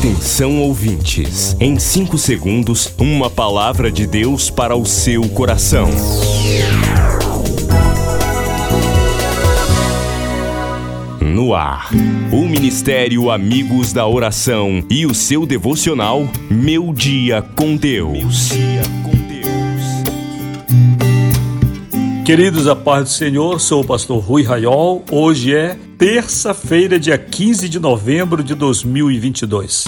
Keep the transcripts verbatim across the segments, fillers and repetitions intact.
Atenção, ouvintes. Em cinco segundos, uma palavra de Deus para o seu coração. No ar, o Ministério Amigos da Oração e o seu devocional Meu Dia com Deus. Queridos, a paz do Senhor, sou o pastor Rui Raiol. Hoje é terça-feira, dia quinze de novembro de dois mil e vinte e dois.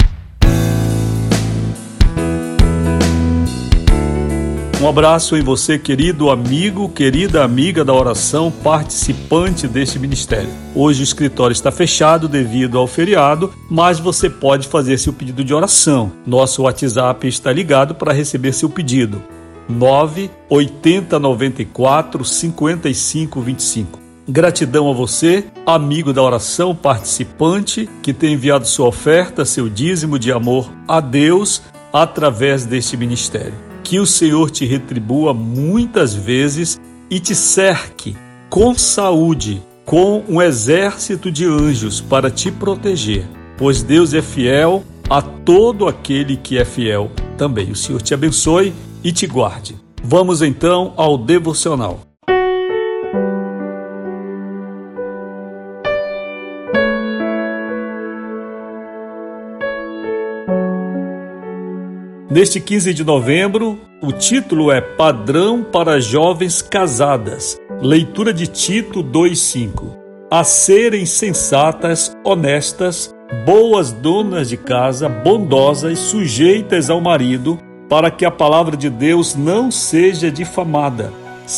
Um abraço em você, querido amigo, querida amiga da oração, participante deste ministério. Hoje o escritório está fechado devido ao feriado, mas você pode fazer seu pedido de oração. Nosso WhatsApp está ligado para receber seu pedido. nove oito zero nove quatro cinco cinco dois cinco. Gratidão a você, amigo da oração, participante, que tem enviado sua oferta, seu dízimo de amor a Deus através deste ministério. Que o Senhor te retribua muitas vezes e te cerque com saúde, com um exército de anjos para te proteger, pois Deus é fiel a todo aquele que é fiel também. O Senhor te abençoe e te guarde. Vamos então ao devocional. Neste quinze de novembro, o título é Padrão para Jovens Casadas. Leitura de Tito dois, cinco. A serem sensatas, honestas, boas donas de casa, bondosas, sujeitas ao marido, para que a palavra de Deus não seja difamada.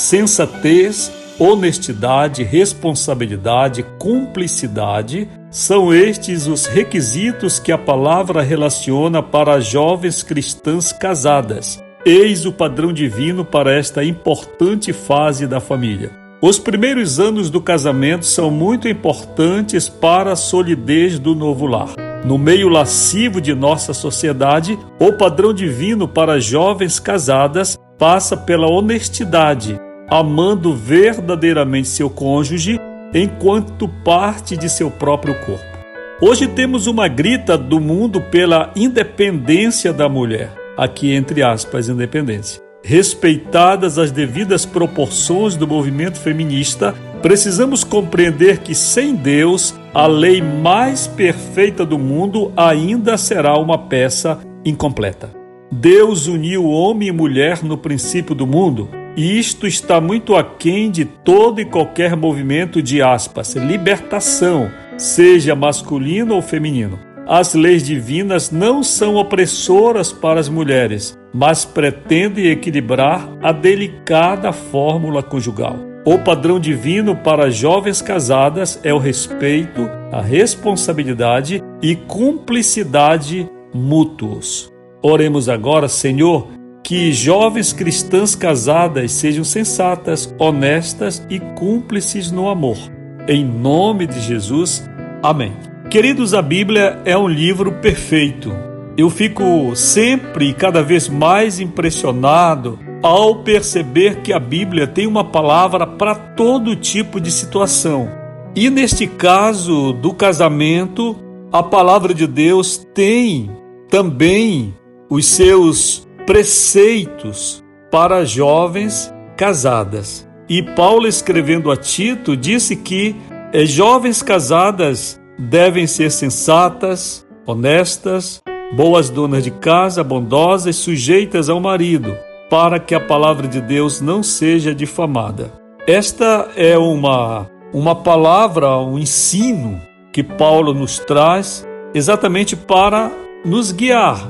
Sensatez, honestidade, responsabilidade, cumplicidade, são estes os requisitos que a palavra relaciona para as jovens cristãs casadas. Eis o padrão divino para esta importante fase da família. Os primeiros anos do casamento são muito importantes para a solidez do novo lar. No meio lascivo de nossa sociedade, o padrão divino para jovens casadas passa pela honestidade, amando verdadeiramente seu cônjuge enquanto parte de seu próprio corpo. Hoje temos uma grita do mundo pela independência da mulher, aqui entre aspas, independência. Respeitadas as devidas proporções do movimento feminista, precisamos compreender que sem Deus, a lei mais perfeita do mundo ainda será uma peça incompleta. Deus uniu homem e mulher no princípio do mundo, e isto está muito aquém de todo e qualquer movimento de aspas, libertação, seja masculino ou feminino. As leis divinas não são opressoras para as mulheres, mas pretendem equilibrar a delicada fórmula conjugal. O padrão divino para jovens casadas é o respeito, a responsabilidade e cumplicidade mútuos. Oremos agora, Senhor, que jovens cristãs casadas sejam sensatas, honestas e cúmplices no amor. Em nome de Jesus, amém. Queridos, a Bíblia é um livro perfeito. Eu fico sempre e cada vez mais impressionado ao perceber que a Bíblia tem uma palavra para todo tipo de situação. E neste caso do casamento, a palavra de Deus tem também os seus preceitos para jovens casadas. E Paulo, escrevendo a Tito, disse que eh, jovens casadas devem ser sensatas, honestas, boas donas de casa, bondosas, sujeitas ao marido, para que a palavra de Deus não seja difamada. Esta é uma, uma palavra, um ensino que Paulo nos traz exatamente para nos guiar.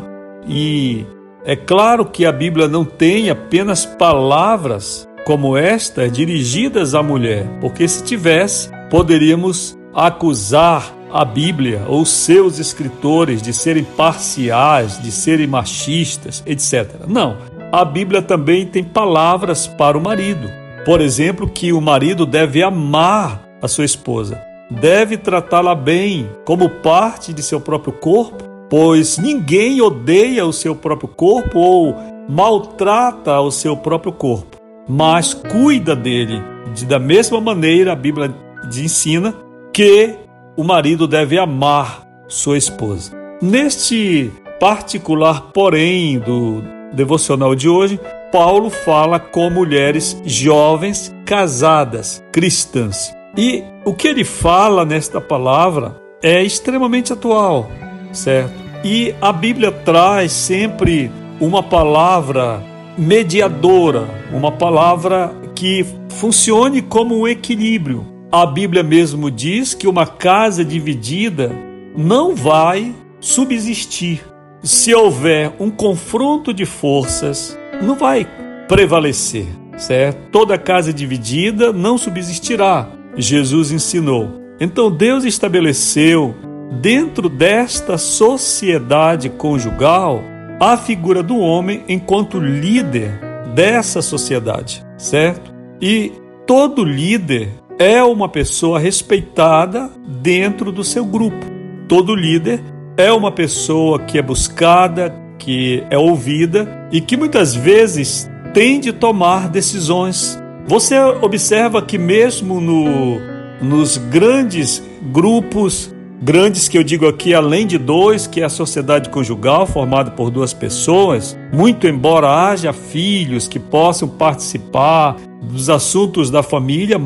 E é claro que a Bíblia não tem apenas palavras como esta dirigidas à mulher, porque se tivesse, poderíamos acusar a Bíblia ou seus escritores de serem parciais, de serem machistas, etcétera. Não, a Bíblia também tem palavras para o marido. Por exemplo, que o marido deve amar a sua esposa, deve tratá-la bem como parte de seu próprio corpo, pois ninguém odeia o seu próprio corpo ou maltrata o seu próprio corpo, mas cuida dele. De, da mesma maneira, a Bíblia ensina que o marido deve amar sua esposa. Neste particular, porém, do devocional de hoje, Paulo fala com mulheres jovens casadas, cristãs. E o que ele fala nesta palavra é extremamente atual, certo? E a Bíblia traz sempre uma palavra mediadora, uma palavra que funcione como um equilíbrio. A Bíblia mesmo diz que uma casa dividida não vai subsistir. Se houver um confronto de forças, não vai prevalecer, certo? Toda casa dividida não subsistirá, Jesus ensinou. Então Deus estabeleceu dentro desta sociedade conjugal a figura do homem enquanto líder dessa sociedade, certo? E todo líder é uma pessoa respeitada dentro do seu grupo. Todo líder é uma pessoa que é buscada, que é ouvida e que muitas vezes tem de tomar decisões. Você observa que mesmo no, nos grandes grupos, grandes que eu digo aqui além de dois, que é a sociedade conjugal formada por duas pessoas, muito embora haja filhos que possam participar dos assuntos da família,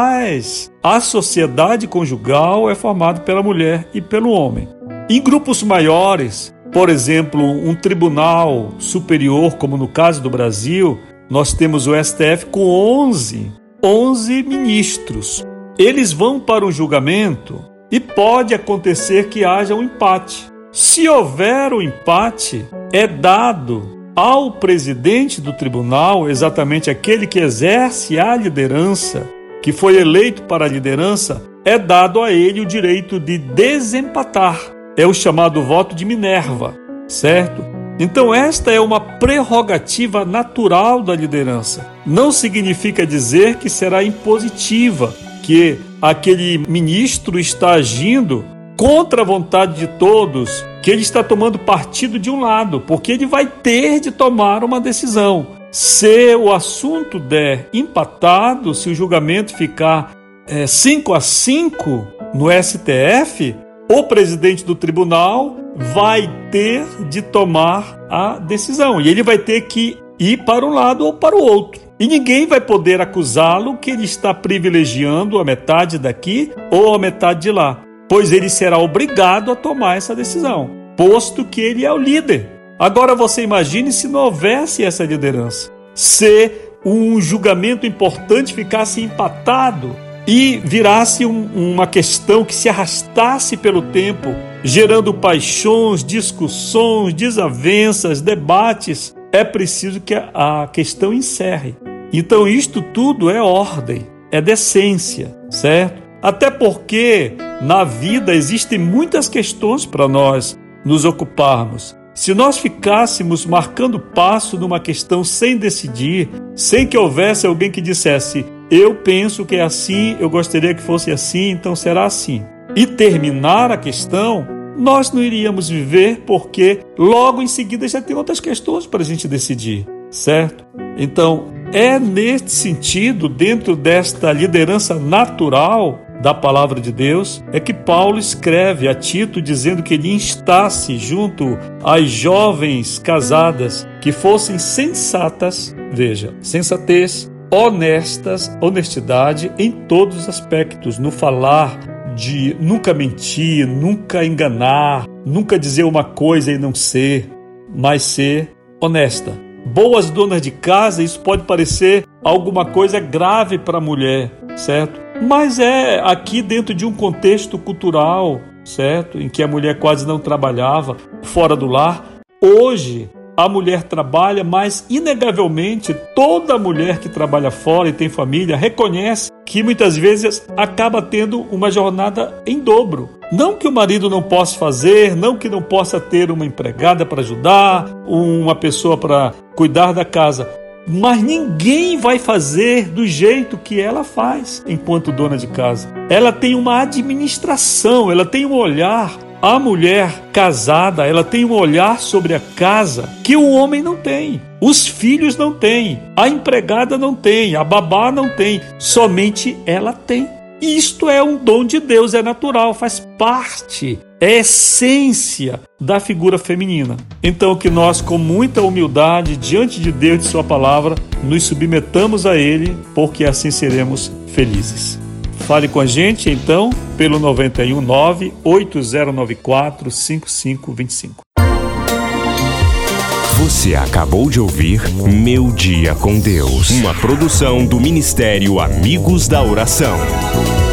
mas a sociedade conjugal é formada pela mulher e pelo homem. Em grupos maiores, por exemplo, um tribunal superior, como no caso do Brasil, nós temos o S T F com onze, onze ministros. Eles vão para o julgamento e pode acontecer que haja um empate. Se houver um empate, é dado ao presidente do tribunal, exatamente aquele que exerce a liderança, que foi eleito para a liderança, é dado a ele o direito de desempatar. É o chamado voto de Minerva, certo? Então esta é uma prerrogativa natural da liderança. Não significa dizer que será impositiva, que aquele ministro está agindo contra a vontade de todos, que ele está tomando partido de um lado, porque ele vai ter de tomar uma decisão. Se o assunto der empatado, se o julgamento ficar é, cinco a cinco no S T F, o presidente do tribunal vai ter de tomar a decisão e ele vai ter que ir para um lado ou para o outro. E ninguém vai poder acusá-lo que ele está privilegiando a metade daqui ou a metade de lá, pois ele será obrigado a tomar essa decisão, posto que ele é o líder. Agora você imagine se não houvesse essa liderança, se um julgamento importante ficasse empatado e virasse um, uma questão que se arrastasse pelo tempo, gerando paixões, discussões, desavenças, debates. É preciso que a, a questão encerre. Então isto tudo é ordem, é decência, certo? Até porque na vida existem muitas questões para nós nos ocuparmos. Se nós ficássemos marcando passo numa questão sem decidir, sem que houvesse alguém que dissesse: eu penso que é assim, eu gostaria que fosse assim, então será assim, e terminar a questão, nós não iríamos viver, porque logo em seguida já tem outras questões para a gente decidir, certo? Então, é neste sentido, dentro desta liderança natural da palavra de Deus, é que Paulo escreve a Tito dizendo que ele instasse junto às jovens casadas que fossem sensatas, veja, sensatez, honestas, honestidade em todos os aspectos, no falar, de nunca mentir, nunca enganar, nunca dizer uma coisa e não ser, mas ser honesta. Boas donas de casa, isso pode parecer alguma coisa grave para a mulher, certo? Mas é aqui dentro de um contexto cultural, certo? Em que a mulher quase não trabalhava fora do lar. Hoje, a mulher trabalha, mas inegavelmente toda mulher que trabalha fora e tem família reconhece que muitas vezes acaba tendo uma jornada em dobro. Não que o marido não possa fazer, não que não possa ter uma empregada para ajudar, uma pessoa para cuidar da casa, mas ninguém vai fazer do jeito que ela faz enquanto dona de casa. Ela tem uma administração, ela tem um olhar. A mulher casada, ela tem um olhar sobre a casa que o homem não tem. Os filhos não têm, a empregada não tem, a babá não tem, somente ela tem. Isto é um dom de Deus, é natural, faz parte, é essência da figura feminina. Então que nós, com muita humildade, diante de Deus e de sua palavra, nos submetamos a Ele, porque assim seremos felizes. Fale com a gente, então, pelo nove um nove, oito zero nove quatro, cinco cinco dois cinco. Você acabou de ouvir Meu Dia com Deus, uma produção do Ministério Amigos da Oração.